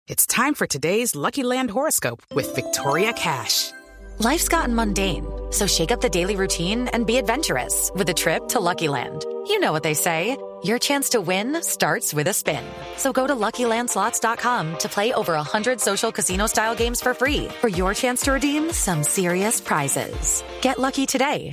It's time for today's Lucky Land horoscope with Victoria Cash. Life's gotten mundane, so shake up the daily routine and be adventurous with a trip to Lucky Land. You know what they say, your chance to win starts with a spin. So go to LuckyLandSlots.com to play over 100 social casino-style games for free for your chance to redeem some serious prizes. Get lucky today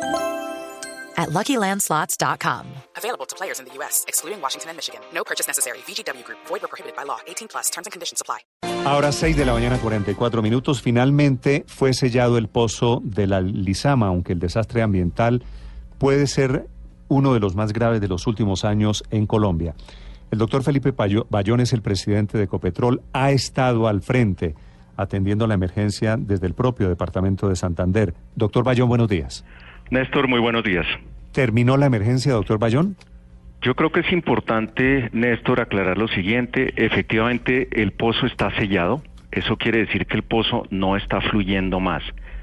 at LuckyLandSlots.com. Available to players in the U.S., excluding Washington and Michigan. No purchase necessary. VGW Group. Void or prohibited by law. 18+. Terms and conditions apply. Ahora 6 de la mañana, 44 minutos. Finalmente fue sellado el pozo de la Lizama, aunque el desastre ambiental puede ser uno de los más graves de los últimos años en Colombia. El doctor Felipe Bayón es el presidente de Ecopetrol, ha estado al frente atendiendo la emergencia desde el propio departamento de Santander. Doctor Bayón, buenos días. Néstor, muy buenos días. ¿Terminó la emergencia, doctor Bayón? Yo creo que es importante, Néstor, aclarar lo siguiente. Efectivamente, el pozo está sellado. Eso quiere decir que el pozo no está fluyendo más.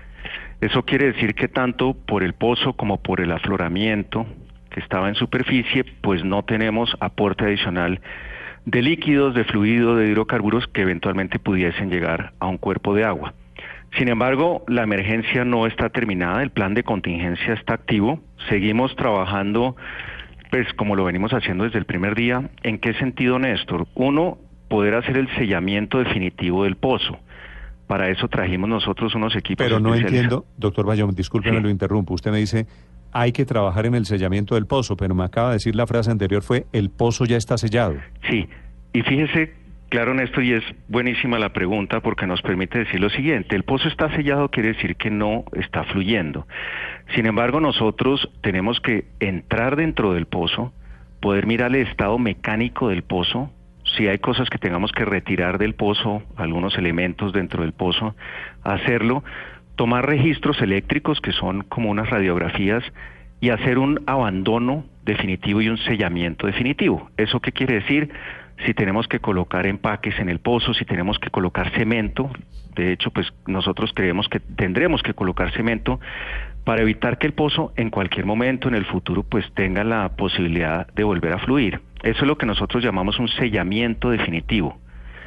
Eso quiere decir que tanto por el pozo como por el afloramiento que estaba en superficie, pues no tenemos aporte adicional de líquidos, de fluido, de hidrocarburos que eventualmente pudiesen llegar a un cuerpo de agua. Sin embargo, la emergencia no está terminada, el plan de contingencia está activo, seguimos trabajando, pues como lo venimos haciendo desde el primer día. ¿En qué sentido, Néstor? Uno, poder hacer el sellamiento definitivo del pozo. Para eso trajimos nosotros unos equipos Pero no especializados. entiendo, doctor Bayón, discúlpeme, Sí. Lo interrumpo. Usted me dice, hay que trabajar en el sellamiento del pozo, pero me acaba de decir la frase anterior fue, el pozo ya está sellado. Sí, y fíjese, claro, Néstor, y es buenísima la pregunta porque nos permite decir lo siguiente: el pozo está sellado quiere decir que no está fluyendo. Sin embargo, nosotros tenemos que entrar dentro del pozo, poder mirar el estado mecánico del pozo, si hay cosas que tengamos que retirar del pozo, algunos elementos dentro del pozo, hacerlo, tomar registros eléctricos que son como unas radiografías y hacer un abandono definitivo y un sellamiento definitivo. ¿Eso qué quiere decir? Si tenemos que colocar empaques en el pozo, si tenemos que colocar cemento, de hecho, pues nosotros creemos que tendremos que colocar cemento para evitar que el pozo en cualquier momento en el futuro pues tenga la posibilidad de volver a fluir. Eso es lo que nosotros llamamos un sellamiento definitivo.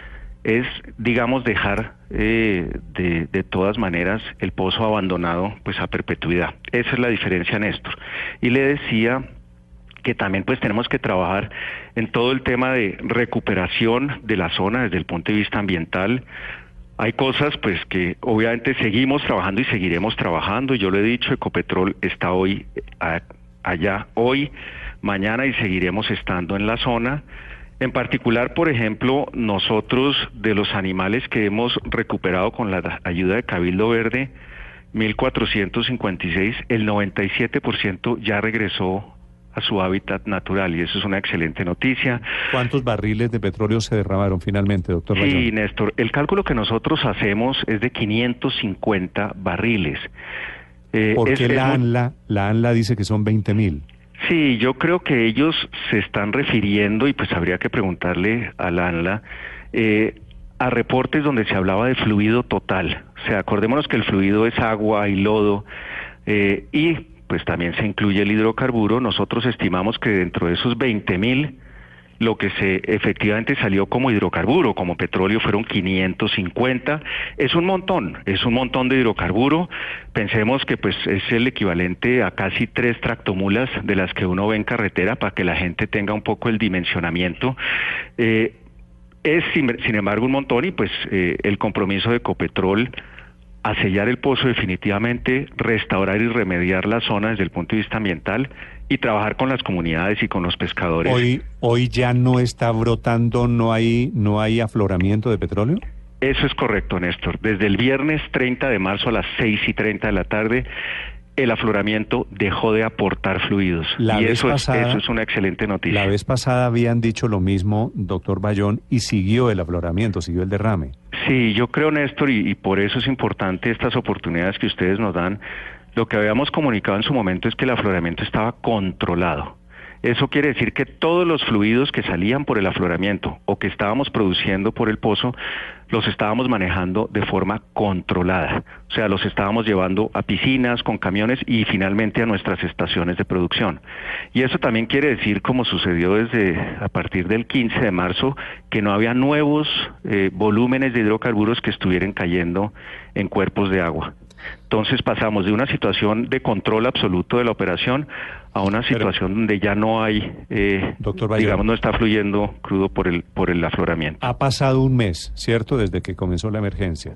Es, digamos, dejar de todas maneras el pozo abandonado pues a perpetuidad. Esa es la diferencia, Néstor. Y le decía que también pues tenemos que trabajar en todo el tema de recuperación de la zona desde el punto de vista ambiental. Hay cosas pues que obviamente seguimos trabajando y seguiremos trabajando. Yo lo he dicho, Ecopetrol está hoy allá hoy, mañana, y seguiremos estando en la zona. En particular, por ejemplo, nosotros de los animales que hemos recuperado con la ayuda de Cabildo Verde, 1.456, el 97% ya regresó a su hábitat natural, y eso es una excelente noticia. ¿Cuántos barriles de petróleo se derramaron finalmente, doctor Bayón? Sí, Néstor, el cálculo que nosotros hacemos es de 550 barriles. ¿Por qué la ANLA dice que son 20.000? Sí, yo creo que ellos se están refiriendo, y pues habría que preguntarle al ANLA, a reportes donde se hablaba de fluido total. O sea, acordémonos que el fluido es agua y lodo, y pues también se incluye el hidrocarburo. Nosotros estimamos que dentro de esos 20.000, lo que efectivamente salió como hidrocarburo, como petróleo, fueron 550. Es un montón de hidrocarburo. Pensemos que pues es el equivalente a casi 3 tractomulas de las que uno ve en carretera, para que la gente tenga un poco el dimensionamiento. Es sin embargo un montón, y pues el compromiso de Ecopetrol a sellar el pozo definitivamente, restaurar y remediar la zona desde el punto de vista ambiental y trabajar con las comunidades y con los pescadores. Hoy ya no está brotando, no hay afloramiento de petróleo. Eso es correcto, Néstor. Desde el viernes 30 de marzo a las 6:30 de la tarde, el afloramiento dejó de aportar fluidos. Eso es una excelente noticia. La vez pasada habían dicho lo mismo, doctor Bayón, y siguió el afloramiento, siguió el derrame. Sí, yo creo, Néstor, y por eso es importante estas oportunidades que ustedes nos dan. Lo que habíamos comunicado en su momento es que el afloramiento estaba controlado. Eso quiere decir que todos los fluidos que salían por el afloramiento o que estábamos produciendo por el pozo, los estábamos manejando de forma controlada. O sea, los estábamos llevando a piscinas, con camiones y finalmente a nuestras estaciones de producción. Y eso también quiere decir, como sucedió a partir del 15 de marzo, que no había nuevos volúmenes de hidrocarburos que estuvieran cayendo en cuerpos de agua. Entonces pasamos de una situación de control absoluto de la operación a una situación donde ya no hay, doctor Bayón, digamos, no está fluyendo crudo por el afloramiento. Ha pasado un mes, ¿cierto?, desde que comenzó la emergencia.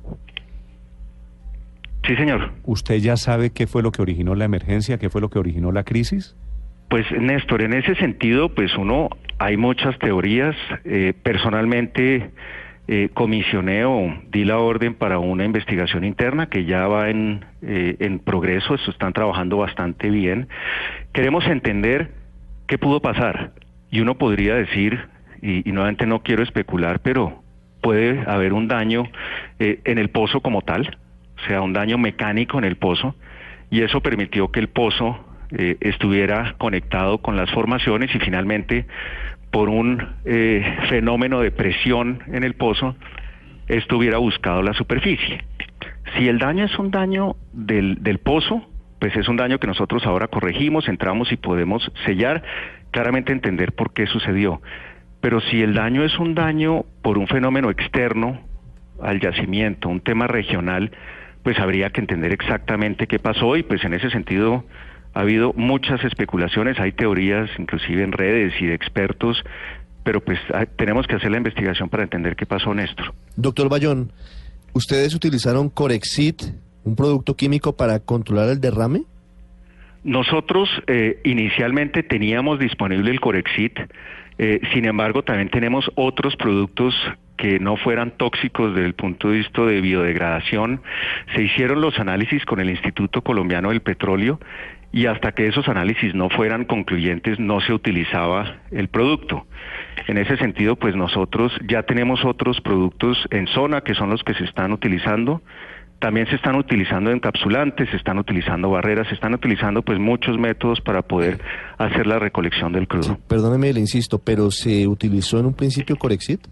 Sí, señor. ¿Usted ya sabe qué fue lo que originó la emergencia, qué fue lo que originó la crisis? Pues, Néstor, en ese sentido, pues hay muchas teorías. Personalmente comisioné o di la orden para una investigación interna que ya va en progreso. Están trabajando bastante bien. Queremos entender qué pudo pasar, y uno podría decir, y nuevamente no quiero especular, pero puede haber un daño en el pozo como tal, o sea, un daño mecánico en el pozo, y eso permitió que el pozo estuviera conectado con las formaciones y finalmente, por un fenómeno de presión en el pozo, esto hubiera buscado la superficie. Si el daño es un daño del pozo, pues es un daño que nosotros ahora corregimos, entramos y podemos sellar, claramente entender por qué sucedió. Pero si el daño es un daño por un fenómeno externo al yacimiento, un tema regional, pues habría que entender exactamente qué pasó, y pues en ese sentido ha habido muchas especulaciones, hay teorías inclusive en redes y de expertos, pero pues tenemos que hacer la investigación para entender qué pasó, Néstor. Doctor Bayón, ¿ustedes utilizaron Corexit, un producto químico, para controlar el derrame? Nosotros inicialmente teníamos disponible el Corexit, sin embargo también tenemos otros productos que no fueran tóxicos desde el punto de vista de biodegradación. Se hicieron los análisis con el Instituto Colombiano del Petróleo, y hasta que esos análisis no fueran concluyentes no se utilizaba el producto. En ese sentido, pues nosotros ya tenemos otros productos en zona que son los que se están utilizando. También se están utilizando encapsulantes, se están utilizando barreras, se están utilizando pues muchos métodos para poder hacer la recolección del crudo. Sí, perdóneme, le insisto, ¿pero se utilizó en un principio Corexit?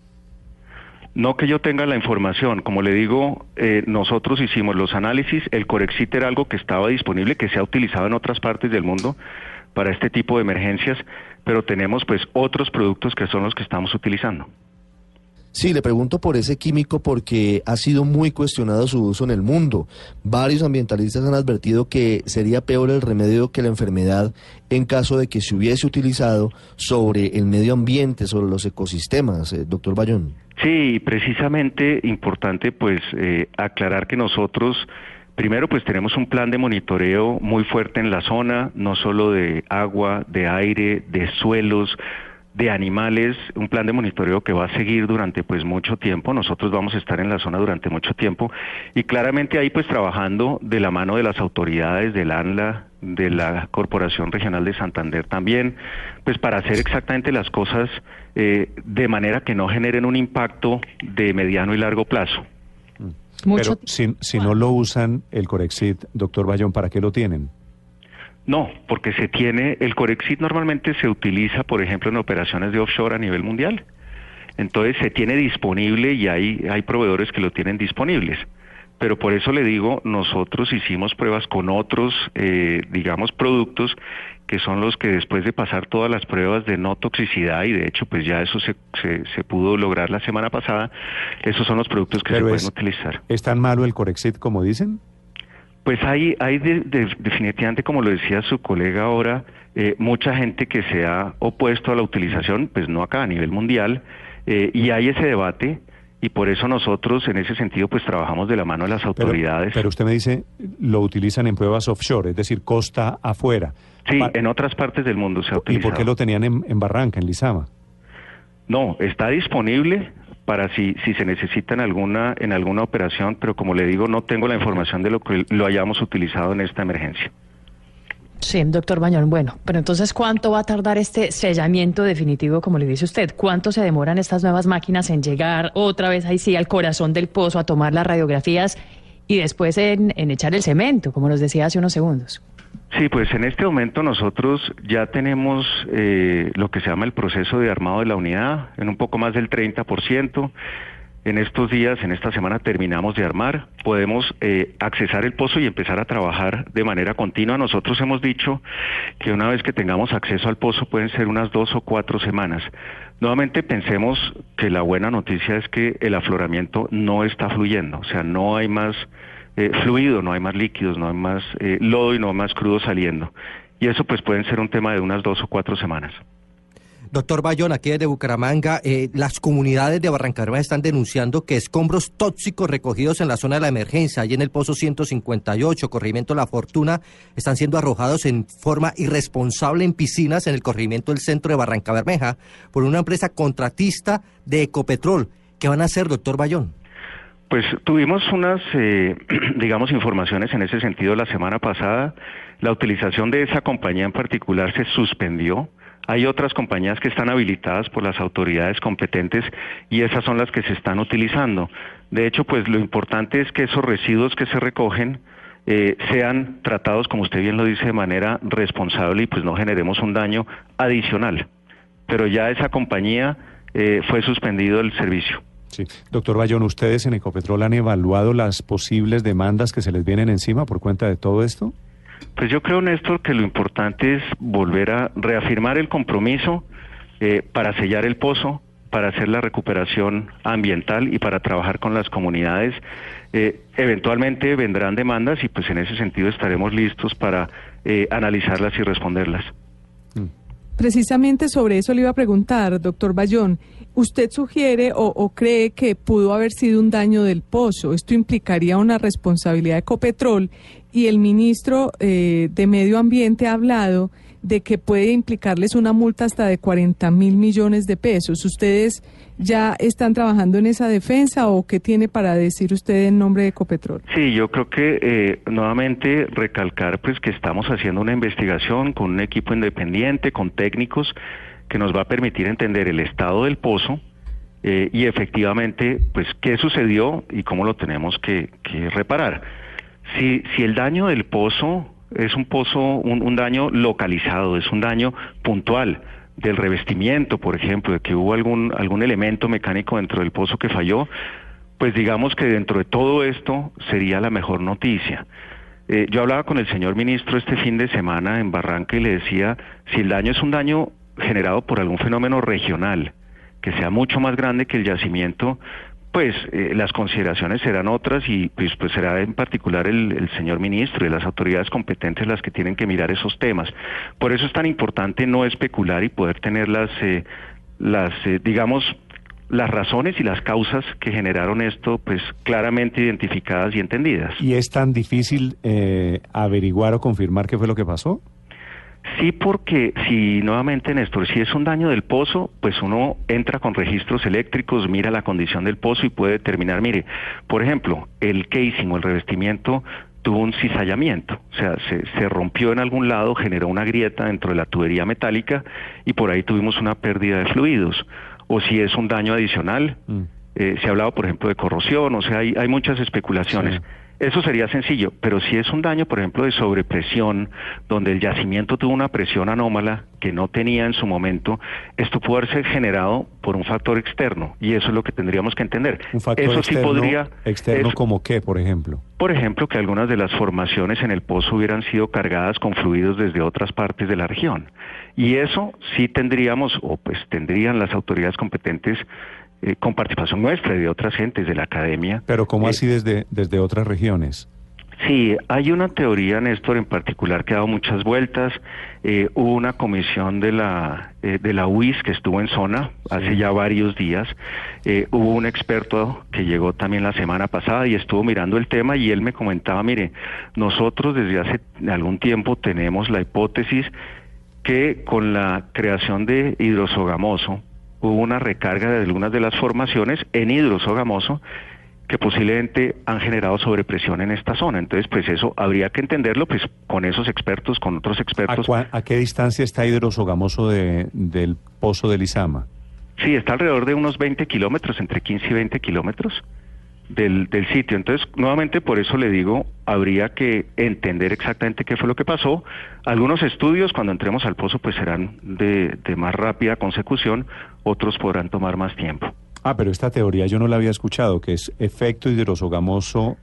No que yo tenga la información, como le digo, nosotros hicimos los análisis, el Corexit era algo que estaba disponible, que se ha utilizado en otras partes del mundo para este tipo de emergencias, pero tenemos pues otros productos que son los que estamos utilizando. Sí, le pregunto por ese químico porque ha sido muy cuestionado su uso en el mundo. Varios ambientalistas han advertido que sería peor el remedio que la enfermedad en caso de que se hubiese utilizado sobre el medio ambiente, sobre los ecosistemas, doctor Bayón. Sí, precisamente importante pues aclarar que nosotros primero pues tenemos un plan de monitoreo muy fuerte en la zona, no solo de agua, de aire, de suelos, de animales, un plan de monitoreo que va a seguir durante pues mucho tiempo. Nosotros vamos a estar en la zona durante mucho tiempo y claramente ahí pues trabajando de la mano de las autoridades del ANLA, de la Corporación Regional de Santander también, pues para hacer exactamente las cosas de manera que no generen un impacto de mediano y largo plazo. Pero si no lo usan el Corexit, doctor Bayón, ¿para qué lo tienen? No, porque se tiene, el Corexit normalmente se utiliza, por ejemplo, en operaciones de offshore a nivel mundial. Entonces se tiene disponible y hay proveedores que lo tienen disponibles. Pero por eso le digo, nosotros hicimos pruebas con otros, digamos, productos que son los que después de pasar todas las pruebas de no toxicidad, y de hecho pues ya eso se pudo lograr la semana pasada, esos son los productos que se pueden utilizar. ¿Es tan malo el Corexit como dicen? Pues hay definitivamente, como lo decía su colega ahora, mucha gente que se ha opuesto a la utilización, pues no acá, a nivel mundial, y hay ese debate, y por eso nosotros en ese sentido pues trabajamos de la mano de las autoridades. Pero usted me dice, lo utilizan en pruebas offshore, es decir, costa afuera. Sí, en otras partes del mundo se ha utilizado. ¿Y por qué lo tenían en Barranca, en Lizama? No, está disponible para si se necesita en alguna operación, pero como le digo, no tengo la información de lo que lo hayamos utilizado en esta emergencia. Sí, doctor Bayón, bueno, pero entonces, ¿cuánto va a tardar este sellamiento definitivo, como le dice usted? ¿Cuánto se demoran estas nuevas máquinas en llegar otra vez ahí sí al corazón del pozo a tomar las radiografías y después en echar el cemento, como nos decía hace unos segundos? Sí, pues en este momento nosotros ya tenemos lo que se llama el proceso de armado de la unidad en un poco más del 30%. En estos días, en esta semana terminamos de armar, podemos accesar el pozo y empezar a trabajar de manera continua. Nosotros hemos dicho que una vez que tengamos acceso al pozo pueden ser unas 2 o 4 semanas. Nuevamente pensemos que la buena noticia es que el afloramiento no está fluyendo, o sea, no hay más fluido, no hay más líquidos, no hay más lodo y no hay más crudo saliendo. Y eso pues pueden ser un tema de unas 2 o 4 semanas. Doctor Bayón, aquí desde Bucaramanga, las comunidades de Barrancabermeja están denunciando que escombros tóxicos recogidos en la zona de la emergencia, allí en el pozo 158, corregimiento La Fortuna, están siendo arrojados en forma irresponsable en piscinas en el corregimiento del centro de Barrancabermeja por una empresa contratista de Ecopetrol. ¿Qué van a hacer, doctor Bayón? Pues tuvimos unas, digamos, informaciones en ese sentido la semana pasada. La utilización de esa compañía en particular se suspendió. Hay otras compañías que están habilitadas por las autoridades competentes y esas son las que se están utilizando. De hecho, pues lo importante es que esos residuos que se recogen sean tratados, como usted bien lo dice, de manera responsable y pues no generemos un daño adicional. Pero ya esa compañía fue suspendido el servicio. Sí. Doctor Bayón, ¿ustedes en Ecopetrol han evaluado las posibles demandas que se les vienen encima por cuenta de todo esto? Pues yo creo, Néstor, que lo importante es volver a reafirmar el compromiso para sellar el pozo, para hacer la recuperación ambiental y para trabajar con las comunidades. Eventualmente vendrán demandas y pues en ese sentido estaremos listos para analizarlas y responderlas. Precisamente sobre eso le iba a preguntar, doctor Bayón. ¿Usted sugiere o cree que pudo haber sido un daño del pozo? ¿Esto implicaría una responsabilidad de Ecopetrol? Y el ministro de Medio Ambiente ha hablado de que puede implicarles una multa hasta de 40.000 millones de pesos. ¿Ustedes ya están trabajando en esa defensa o qué tiene para decir usted en nombre de Ecopetrol? Sí, yo creo que nuevamente recalcar pues que estamos haciendo una investigación con un equipo independiente, con técnicos, que nos va a permitir entender el estado del pozo y efectivamente pues qué sucedió y cómo lo tenemos que reparar. Si el daño del pozo es un daño localizado, es un daño puntual del revestimiento, por ejemplo, de que hubo algún elemento mecánico dentro del pozo que falló, pues digamos que dentro de todo esto sería la mejor noticia. Yo hablaba con el señor ministro este fin de semana en Barranca y le decía, si el daño es un daño generado por algún fenómeno regional, que sea mucho más grande que el yacimiento, pues las consideraciones serán otras y pues será en particular el señor ministro y las autoridades competentes las que tienen que mirar esos temas. Por eso es tan importante no especular y poder tener digamos, las razones y las causas que generaron esto pues claramente identificadas y entendidas. ¿Y es tan difícil averiguar o confirmar qué fue lo que pasó? Sí, porque nuevamente, Néstor, si es un daño del pozo, pues uno entra con registros eléctricos, mira la condición del pozo y puede determinar, mire, por ejemplo, el casing o el revestimiento tuvo un cizallamiento, o sea, se rompió en algún lado, generó una grieta dentro de la tubería metálica y por ahí tuvimos una pérdida de fluidos. O si es un daño adicional, se ha hablado, por ejemplo, de corrosión, o sea, hay muchas especulaciones. Sí. Eso sería sencillo, pero si es un daño, por ejemplo, de sobrepresión, donde el yacimiento tuvo una presión anómala que no tenía en su momento, esto puede haberse generado por un factor externo, y eso es lo que tendríamos que entender. ¿Un factor eso externo, sí podría, externo como qué, por ejemplo? Por ejemplo, que algunas de las formaciones en el pozo hubieran sido cargadas con fluidos desde otras partes de la región. Y eso sí tendríamos, o pues tendrían las autoridades competentes, con participación nuestra y de otras gentes de la academia. ¿Pero cómo así desde otras regiones? Sí, hay una teoría, Néstor, en particular que ha dado muchas vueltas. Hubo una comisión de la UIS que estuvo en zona hace ya varios días. Hubo un experto que llegó también la semana pasada y estuvo mirando el tema y él me comentaba, mire, nosotros desde hace algún tiempo tenemos la hipótesis que con la creación de hidrosogamoso hubo una recarga de algunas de las formaciones en hidrosogamoso que posiblemente han generado sobrepresión en esta zona. Entonces, pues eso habría que entenderlo pues con esos expertos, con otros expertos. ¿A qué distancia está hidrosogamoso del pozo de Lizama? Sí, está alrededor de unos 20 kilómetros, entre 15 y 20 kilómetros. del sitio. Entonces, nuevamente por eso le digo, habría que entender exactamente qué fue lo que pasó. Algunos estudios, cuando entremos al pozo, pues serán de más rápida consecución, otros podrán tomar más tiempo. Pero esta teoría yo no la había escuchado, que es efecto hidrosogamoso,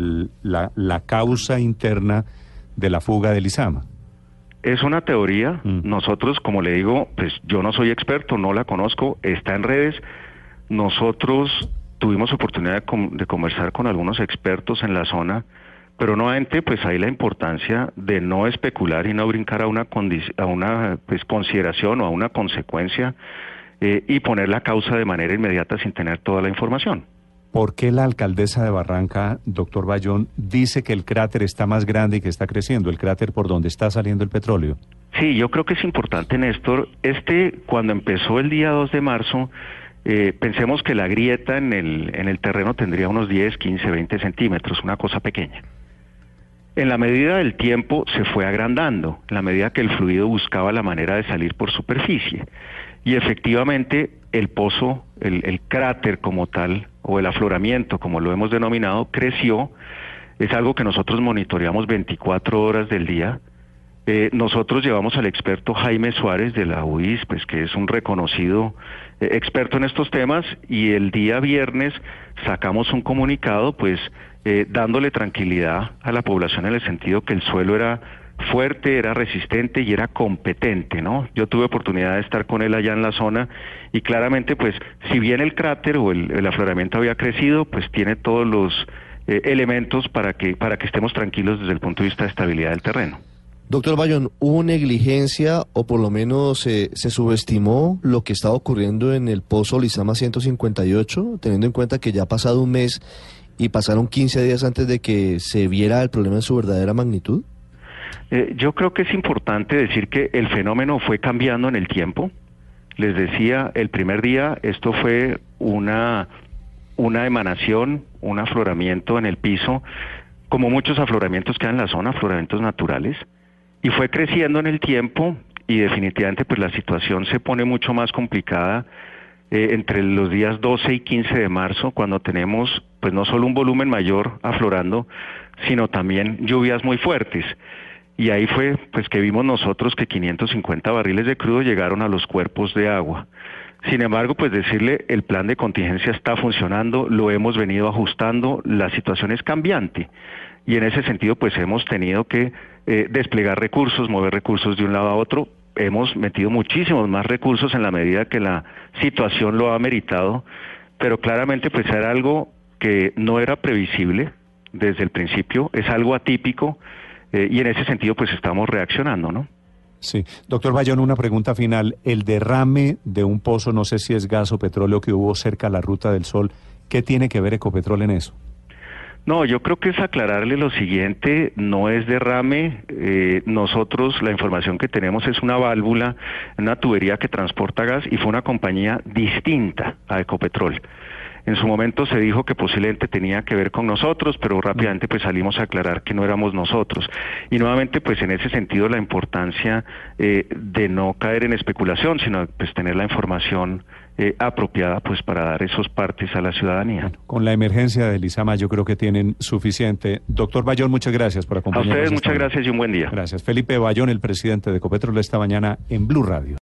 la causa interna de la fuga del Lizama. Es una teoría. Nosotros, como le digo, pues yo no soy experto, no la conozco, está en redes. Nosotros tuvimos oportunidad de conversar con algunos expertos en la zona, pero nuevamente pues hay la importancia de no especular y no brincar a una pues, consideración o a una consecuencia y poner la causa de manera inmediata sin tener toda la información. ¿Por qué la alcaldesa de Barranca, doctor Bayón, dice que el cráter está más grande y que está creciendo, el cráter por donde está saliendo el petróleo? Sí, yo creo que es importante, Néstor. Cuando empezó el día 2 de marzo, pensemos que la grieta en el terreno tendría unos 10, 15, 20 centímetros, una cosa pequeña. En la medida del tiempo se fue agrandando, en la medida que el fluido buscaba la manera de salir por superficie. Y efectivamente el pozo, el cráter como tal, o el afloramiento como lo hemos denominado, creció. Es algo que nosotros monitoreamos 24 horas del día. Nosotros llevamos al experto Jaime Suárez de la UIS, pues que es un reconocido experto en estos temas, y el día viernes sacamos un comunicado pues dándole tranquilidad a la población en el sentido que el suelo era fuerte, era resistente y era competente, ¿no? Yo tuve oportunidad de estar con él allá en la zona y claramente pues si bien el cráter o el afloramiento había crecido, pues tiene todos los elementos para que estemos tranquilos desde el punto de vista de estabilidad del terreno. Doctor Bayón, ¿hubo negligencia o por lo menos se subestimó lo que estaba ocurriendo en el pozo Lizama 158, teniendo en cuenta que ya ha pasado un mes y pasaron 15 días antes de que se viera el problema en su verdadera magnitud? Yo creo que es importante decir que el fenómeno fue cambiando en el tiempo. Les decía, el primer día esto fue una emanación, un afloramiento en el piso, como muchos afloramientos que hay en la zona, afloramientos naturales, y fue creciendo en el tiempo y definitivamente pues la situación se pone mucho más complicada entre los días 12 y 15 de marzo, cuando tenemos pues no solo un volumen mayor aflorando, sino también lluvias muy fuertes. Y ahí fue pues que vimos nosotros que 550 barriles de crudo llegaron a los cuerpos de agua. Sin embargo, pues decirle, el plan de contingencia está funcionando, lo hemos venido ajustando, la situación es cambiante. Y en ese sentido, pues hemos tenido que desplegar recursos, mover recursos de un lado a otro. Hemos metido muchísimos más recursos en la medida que la situación lo ha meritado, pero claramente pues era algo que no era previsible desde el principio, es algo atípico. Y en ese sentido, pues estamos reaccionando, ¿no? Sí. Doctor Bayón, una pregunta final. El derrame de un pozo, no sé si es gas o petróleo, que hubo cerca a la Ruta del Sol, ¿qué tiene que ver Ecopetrol en eso? No, yo creo que es aclararle lo siguiente, no es derrame. Nosotros, la información que tenemos es una válvula, una tubería que transporta gas y fue una compañía distinta a Ecopetrol. En su momento se dijo que posiblemente tenía que ver con nosotros, pero rápidamente pues salimos a aclarar que no éramos nosotros. Y nuevamente pues en ese sentido la importancia de no caer en especulación, sino pues tener la información apropiada pues para dar esos partes a la ciudadanía. Bueno, con la emergencia del Lizama yo creo que tienen suficiente. Doctor Bayón, muchas gracias por acompañarnos. A ustedes muchas gracias y un buen día. Gracias. Felipe Bayón, el presidente de Ecopetrol, esta mañana en Blue Radio.